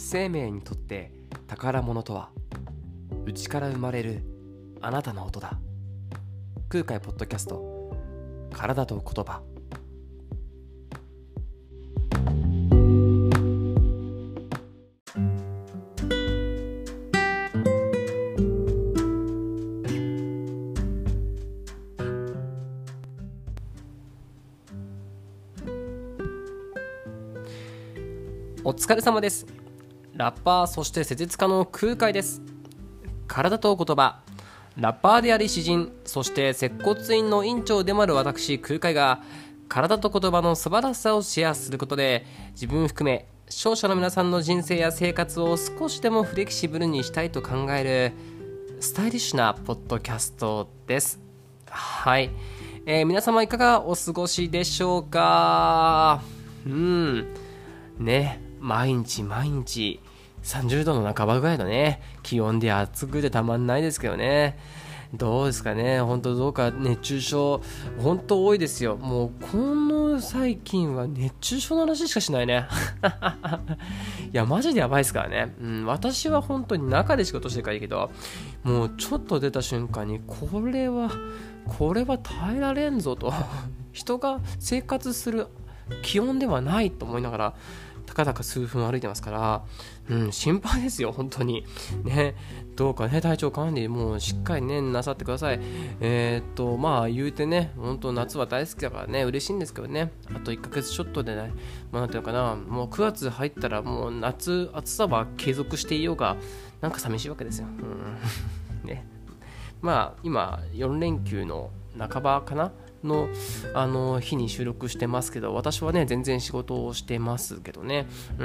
生命にとって宝物とは、内から生まれるあなたの音だ。空海ポッドキャスト、体と言葉。お疲れ様です。ラッパー、そして施術家の空海です。体と言葉、ラッパーであり詩人、そして接骨院の院長でもある私空海が、体と言葉の素晴らしさをシェアすることで、自分含め視聴者の皆さんの人生や生活を少しでもフレキシブルにしたいと考えるスタイリッシュなポッドキャストです。はい、皆様いかがお過ごしでしょうか。毎日30度の半ばぐらいのね気温で暑くてたまんないですけどね。どうですかね。本当どうか熱中症本当多いですよ。もうこの最近は熱中症の話しかしないねいやマジでやばいですからね。私は本当に中で仕事してるからいいけど、もうちょっと出た瞬間にこれは耐えられんぞと人が生活する気温ではないと思いながらたかだか数分歩いてますから、心配ですよ本当にね。どうかね体調管理もうしっかりねなさってください。言うてね本当夏は大好きだからね嬉しいんですけどね。あと1ヶ月ちょっとでね、なんていうのかな、もう9月入ったらもう暑さは継続していようがなんか寂しいわけですよ。ね、今4連休の半ばかなの日に収録してますけど、私はね全然仕事をしてますけどね。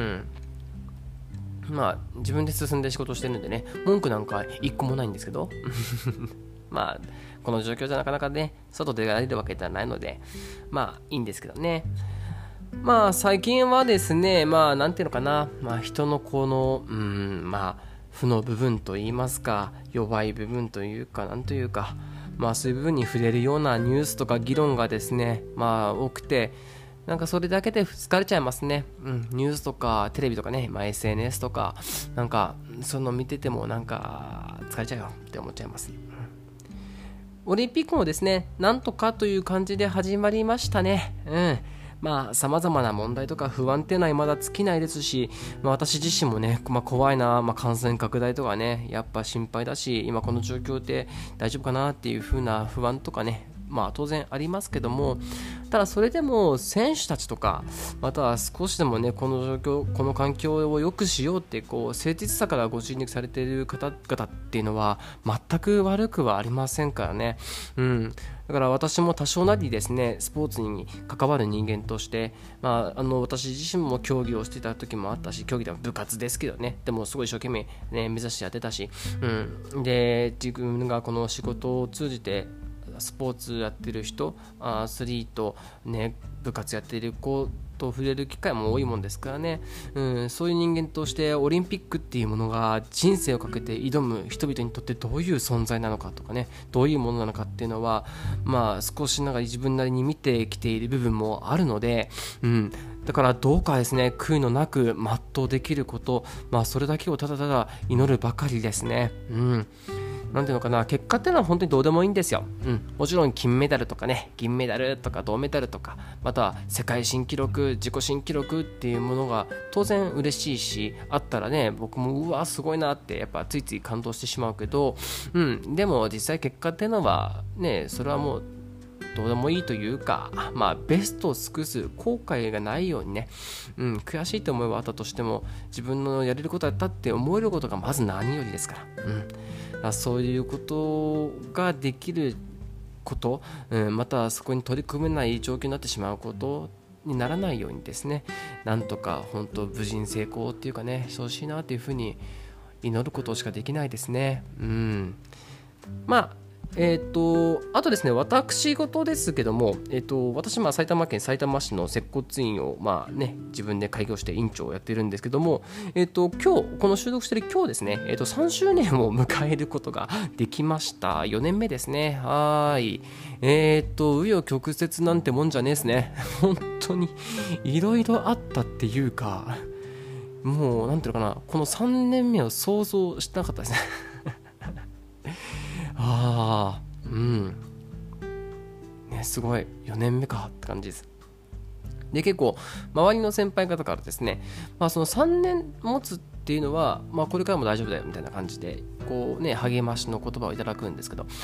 自分で進んで仕事してるんでね、文句なんか一個もないんですけどこの状況じゃなかなかね外で出られるわけではないのでいいんですけどね。最近はですねなんていうのかな、人のこの負の部分といいますか弱い部分というかなんというかそういう部分に触れるようなニュースとか議論がですね多くて、なんかそれだけで疲れちゃいますね。ニュースとかテレビとかね、SNS とかなんかその見ててもなんか疲れちゃうよって思っちゃいます。オリンピックもですねなんとかという感じで始まりましたね。様々な問題とか不安っていうのは未だ尽きないですし、私自身もね、怖いな、感染拡大とかねやっぱ心配だし、今この状況って大丈夫かなっていう風な不安とかね当然ありますけども、ただそれでも選手たちとかまたは少しでもねこの状況この環境を良くしようって誠実さからご尽力されている方々っていうのは全く悪くはありませんからね。だから私も多少なりですねスポーツに関わる人間として、私自身も競技をしていた時もあったし、競技では部活ですけどね、でもすごい一生懸命、目指してやってたし、で自分がこの仕事を通じてスポーツやってる人、アスリート、部活やってる子と触れる機会も多いもんですからね。そういう人間としてオリンピックっていうものが人生をかけて挑む人々にとってどういう存在なのかとかね、どういうものなのかっていうのは少しながら自分なりに見てきている部分もあるので、だからどうかですね悔いのなく全うできること、それだけをただただ祈るばかりですね。なんていうのかな、結果っていうのは本当にどうでもいいんですよ。もちろん金メダルとかね銀メダルとか銅メダルとかまたは世界新記録自己新記録っていうものが当然嬉しいし、あったらね僕もうわすごいなってやっぱついつい感動してしまうけど、でも実際結果っていうのはねそれはもうどうでもいいというか、ベストを尽くす後悔がないようにね、悔しいと思いはあったとしても自分のやれることだったって思えることがまず何よりですから、そういうことができること、またはそこに取り組めない状況になってしまうことにならないようにですね、なんとか本当無事に成功っていうかねしてほしいなっていうふうに祈ることしかできないですね。あとですね、私事ですけども、私埼玉県さいたま市の接骨院を自分で開業して院長をやってるんですけども、今日この収録している今日ですね、3周年を迎えることができました。4年目ですね。紆余曲折なんてもんじゃねえですね。本当にいろいろあったっていうか、 もうなんていうのかな、この3年目を想像してなかったですねああ、うんね、すごい4年目かって感じです。で結構周りの先輩方からですね、その3年持つっていうのは、これからも大丈夫だよみたいな感じでこうね励ましの言葉をいただくんですけど、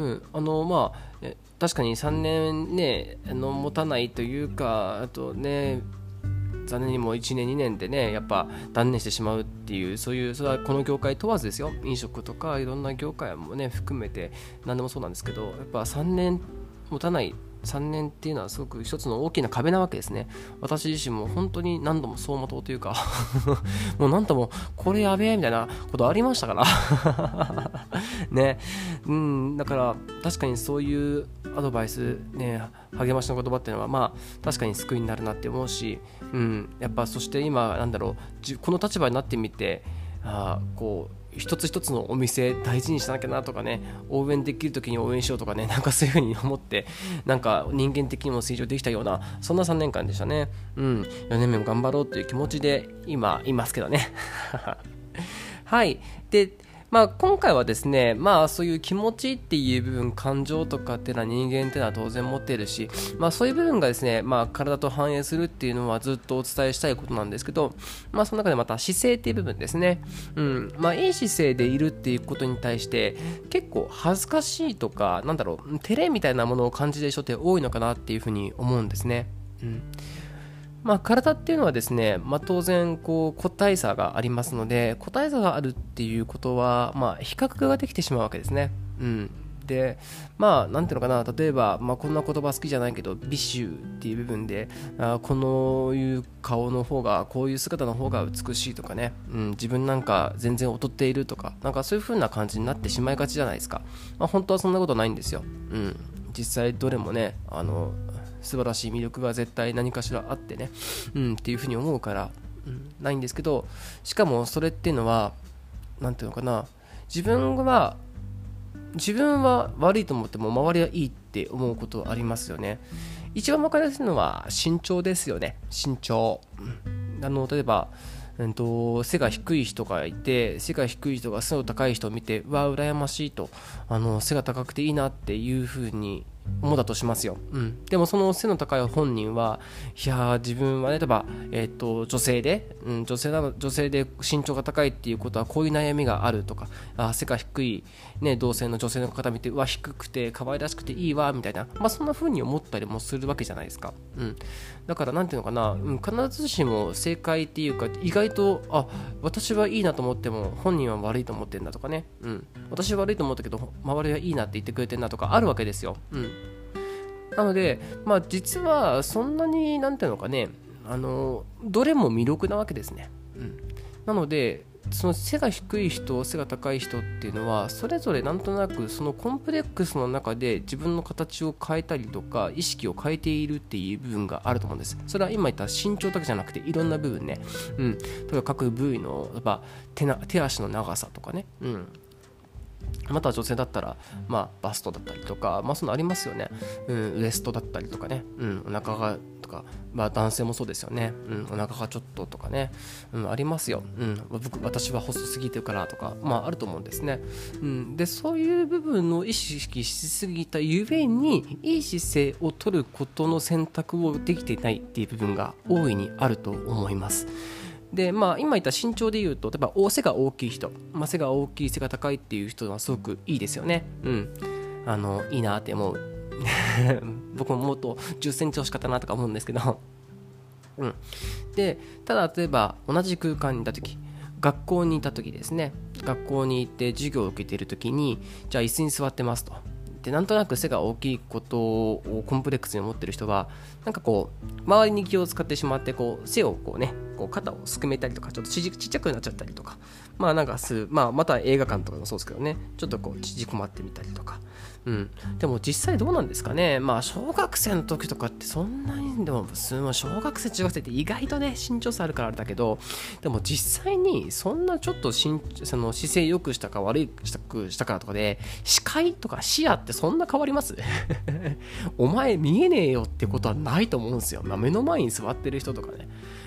確かに3年ね持たないというか、あとね残念にも1年2年でねやっぱ断念してしまうっていう、それはこの業界問わずですよ、飲食とかいろんな業界もね含めて何でもそうなんですけど、やっぱ3年持たない3年っていうのはすごく一つの大きな壁なわけですね。私自身も本当に何度も走馬灯というかもう何度もこれやべえみたいなことありましたからね、だから確かにそういうアドバイスね、励ましの言葉っていうのは確かに救いになるなって思うし、やっぱそして今この立場になってみてこう一つ一つのお店大事にしなきゃなとかね、応援できる時に応援しようとかね、なんかそういう風に思ってなんか人間的にも成長できたようなそんな3年間でしたね。4年目も頑張ろうという気持ちで今いますけどねはいで今回はですね、そういう気持ちっていう部分、感情とかっていうのは人間っていうのは当然持っているし、そういう部分がですね、体と反映するっていうのはずっとお伝えしたいことなんですけど、その中でまた姿勢っていう部分ですね、いい姿勢でいるっていうことに対して結構恥ずかしいとか照れみたいなものを感じている人って多いのかなっていうふうに思うんですね。体っていうのはですね、当然個体差がありますので、個体差があるっていうことは、比較ができてしまうわけですね。でなんていうのかな、例えば、こんな言葉好きじゃないけど美醜っていう部分でこのいう顔の方が、こういう姿の方が美しいとかね、自分なんか全然劣っているとか、なんかそういう風な感じになってしまいがちじゃないですか。本当はそんなことないんですよ。実際どれもね素晴らしい魅力が絶対何かしらあってね、っていうふうに思うから、ないんですけど、しかもそれっていうのはなんていうのかな、自分は悪いと思っても周りはいいって思うことありますよね。一番分かりやすいのは身長ですよね。身長、例えば背が低い人がいて、背が低い人が背の高い人を見て羨ましいと、背が高くていいなっていう風に思ったとしますよ。でもその背の高い本人は、いや自分はね、例えば、女性で、女性で身長が高いっていうことはこういう悩みがあるとか、背が低い、同性の女性の方見て低くて可愛らしくていいわみたいな、そんな風に思ったりもするわけじゃないですか。だからなんていうのかな、必ずしも正解っていうか、意外と私はいいなと思っても本人は悪いと思ってるんだとかね、私は悪いと思ったけど周りはいいなって言ってくれてるなとかあるわけですよ。なので実はそんなになんていうのかね、どれも魅力なわけですね。なのでその背が低い人、背が高い人っていうのはそれぞれなんとなくそのコンプレックスの中で自分の形を変えたりとか意識を変えているっていう部分があると思うんです。それは今言った身長だけじゃなくていろんな部分ね、例えば各部位のやっぱ手足の長さとかね、または女性だったら、バストだったりとか、そんなありますよね。ウエストだったりとかね、お腹がとか、男性もそうですよね。お腹がちょっととかね、ありますよ。私は細すぎてるからとか、あると思うんですね。でそういう部分を意識しすぎたゆえに、いい姿勢を取ることの選択をできていないっていう部分が大いにあると思います。で今言った身長でいうと、例えば背が大きい人、背が大きい、背が高いっていう人はすごくいいですよね。いいなって思う僕ももっと10センチ欲しかったなとか思うんですけどでただ例えば同じ空間にいた時、学校にいた時ですね、学校に行って授業を受けている時に、じゃあ椅子に座ってますと、でなんとなく背が大きいことをコンプレックスに思ってる人は、なんか周りに気を使ってしまって背を肩をすくめたりとか、ちょっとちっちゃくなっちゃったりとか、また映画館とかもそうですけどね、ちょっと縮こまってみたりとか、でも実際どうなんですかね。小学生の時とかってそんなにでも小学生中学生って意外とね身長差あるからあれだけど、でも実際にそんなちょっとその姿勢良くしたか悪くしたかとかで視界とか視野ってそんな変わりますお前見えねえよってことはないと思うんですよ。目の前に座ってる人とかね、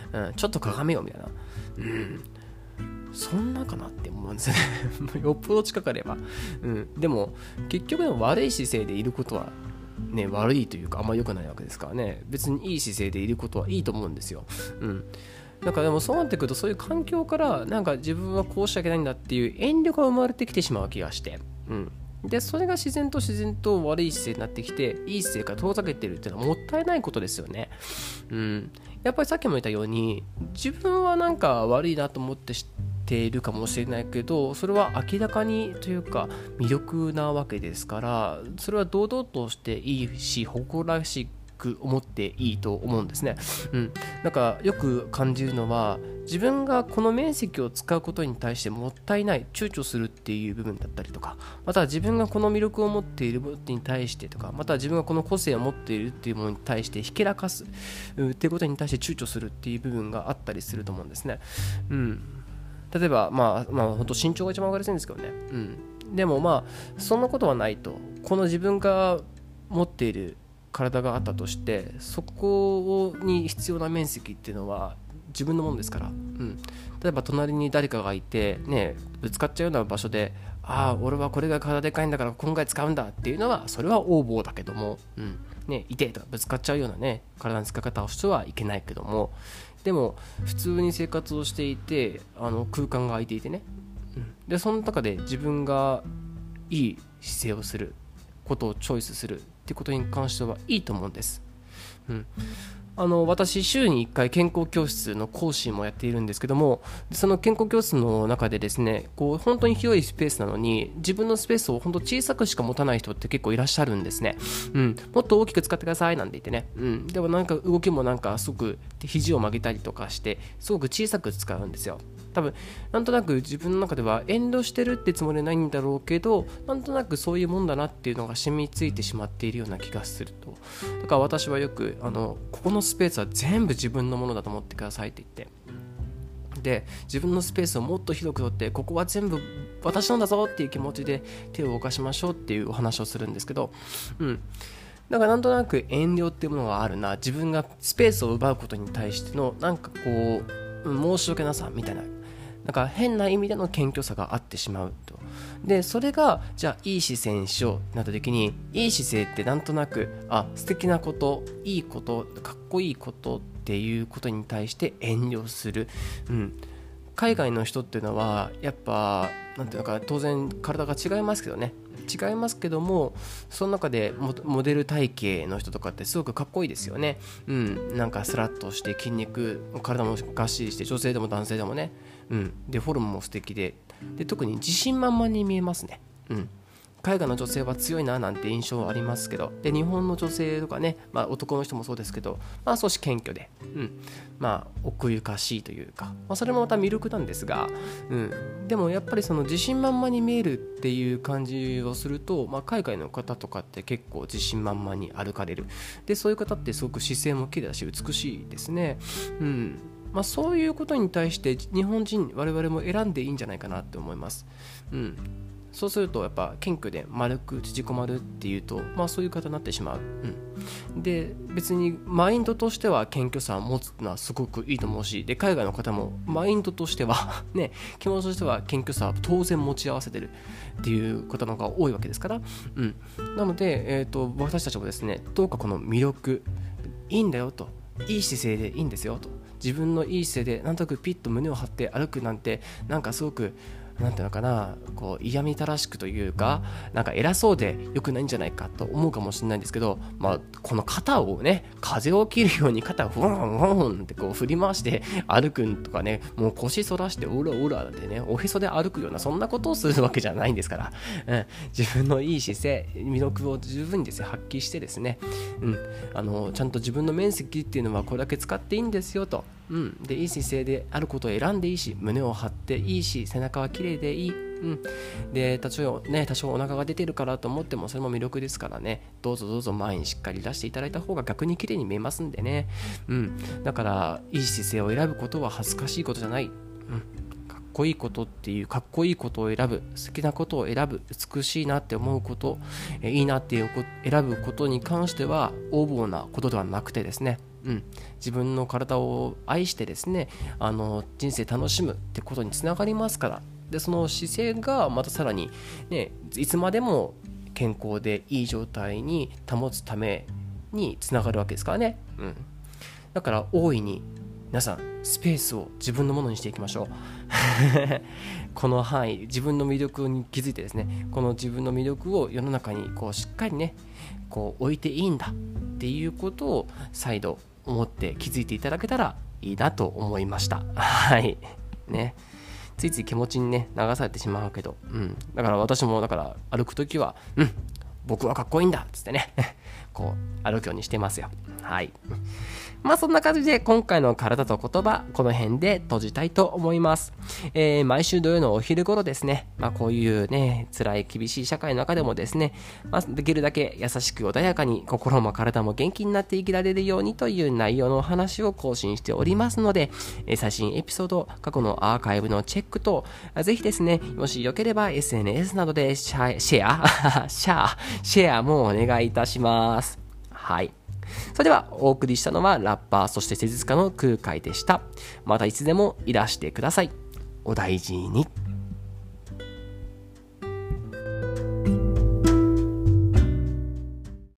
ちょっとかがめよみたいな、そんなかなって思うんですよねよっぽど近かれば、でも結局の悪い姿勢でいることはね、悪いというかあんま良くないわけですからね。別にいい姿勢でいることはいいと思うんですよ。だからでもそうなってくると、そういう環境からなんか自分はこうしちゃいけないんだっていう遠慮が生まれてきてしまう気がして、でそれが自然と悪い姿勢になってきて、いい姿勢から遠ざけてるっていうのはもったいないことですよね。やっぱりさっきも言ったように、自分はなんか悪いなと思って知っているかもしれないけど、それは明らかにというか魅力なわけですから、それは堂々としていいし、誇らしく思っていいと思うんですね。なんかよく感じるのは、自分がこの面積を使うことに対してもったいない、躊躇するっていう部分だったりとか、または自分がこの魅力を持っているものに対してとか、または自分がこの個性を持っているっていうものに対してひけらかすっていうことに対して躊躇するっていう部分があったりすると思うんですね。例えば本当身長が一番分かりやすいんですけどね。でもそんなことはないと。この自分が持っている体があったとして、そこに必要な面積っていうのは自分のものですから、例えば隣に誰かがいて、ぶつかっちゃうような場所で、俺はこれが体でかいんだから今回使うんだっていうのは、それは横暴だけども、痛いとかぶつかっちゃうような体の使い方をしてはいけないけども、でも普通に生活をしていて、空間が空いていてね、でその中で自分がいい姿勢をすることをチョイスするってことに関してはいいと思うんです。私週に1回健康教室の講師もやっているんですけども、その健康教室の中でですね、本当に広いスペースなのに自分のスペースを本当小さくしか持たない人って結構いらっしゃるんですね。もっと大きく使ってくださいなんて言ってね、でもなんか動きもなんかすごく肘を曲げたりとかしてすごく小さく使うんですよ。多分なんとなく自分の中では遠慮してるってつもりはないんだろうけど、なんとなくそういうもんだなっていうのが染みついてしまっているような気がすると。だから私はよくここのスペースは全部自分のものだと思ってくださいって言って、で自分のスペースをもっと広くとって、ここは全部私のだぞっていう気持ちで手を動かしましょうっていうお話をするんですけど、だからなんとなく遠慮っていうものがあるな、自分がスペースを奪うことに対してのなんか申し訳なさみたいな、なんか変な意味での謙虚さがあってしまうと。でそれがじゃあいい姿勢にしようってなった時に、いい姿勢ってなんとなく素敵なこと、いいこと、かっこいいことっていうことに対して遠慮する。海外の人っていうのはやっぱなんていうのか、当然体が違いますけどね、違いますけども、その中でモデル体型の人とかってすごくかっこいいですよね。なんかスラッとして筋肉、体もがっしりして、女性でも男性でもね、でフォルムも素敵で、特に自信満々に見えますね。海外の女性は強いななんて印象はありますけど、で日本の女性とかね、男の人もそうですけど、少し謙虚で、奥ゆかしいというか、それもまた魅力なんですが、でもやっぱりその自信満々に見えるっていう感じをすると、海外の方とかって結構自信満々に歩かれる。でそういう方ってすごく姿勢も綺麗だし美しいですね。そういうことに対して日本人我々も選んでいいんじゃないかなって思います。そうするとやっぱ謙虚で丸く縮こまるっていうと、そういう方になってしまう。で別にマインドとしては謙虚さを持つのはすごくいいと思うし、で海外の方もマインドとしてはね、気持ちとしては謙虚さは当然持ち合わせてるっていう方の方が多いわけですから、なので、私たちもですね、どうかこの魅力、いいんだよと、いい姿勢でいいんですよと、自分のいい姿勢でなんとなくピッと胸を張って歩くなんて、なんかすごくなんていうのかな、嫌みたらしくというか、なんか偉そうで良くないんじゃないかと思うかもしれないんですけど、この肩をね、風を切るように肩をフォンフォンって振り回して歩くとかね、もう腰反らしてオラオラでね、おへそで歩くようなそんなことをするわけじゃないんですから、自分のいい姿勢、魅力を十分にですね発揮してですね、ちゃんと自分の面積っていうのはこれだけ使っていいんですよと。でいい姿勢であることを選んでいいし、胸を張っていいし、背中は綺麗でいい。で多少お腹が出てるからと思ってもそれも魅力ですからね、どうぞ前にしっかり出していただいた方が逆に綺麗に見えますんでね。だからいい姿勢を選ぶことは恥ずかしいことじゃない。かっこいいことっていうかっこいいことを選ぶ、好きなことを選ぶ、美しいなって思うこと、いいなっていう選ぶことに関しては横暴なことではなくてですね、自分の体を愛してですね、人生楽しむってことにつながりますから。でその姿勢がまたさらにね、いつまでも健康でいい状態に保つためにつながるわけですからね。だから大いに皆さんスペースを自分のものにしていきましょうこの範囲、自分の魅力に気づいてですね、この自分の魅力を世の中にこうしっかりね、こう置いていいんだっていうことを再度思って気づいていただけたらいいなと思いました。はいね、ついつい気持ちにね流されてしまうけど、だから私もだから歩くときは僕はかっこいいんだっつってねこう歩くようにしてますよ。はい、そんな感じで今回の体と言葉、この辺で閉じたいと思います。毎週土曜のお昼頃ですね、こういうね辛い厳しい社会の中でもですね、できるだけ優しく穏やかに心も体も元気になって生きられるようにという内容のお話を更新しておりますので、最新エピソード、過去のアーカイブのチェックとぜひですね、もしよければ SNS などでシェアもお願いいたします。はい、それではお送りしたのはラッパーそして施術家の空海でした。またいつでもいらしてください。お大事に。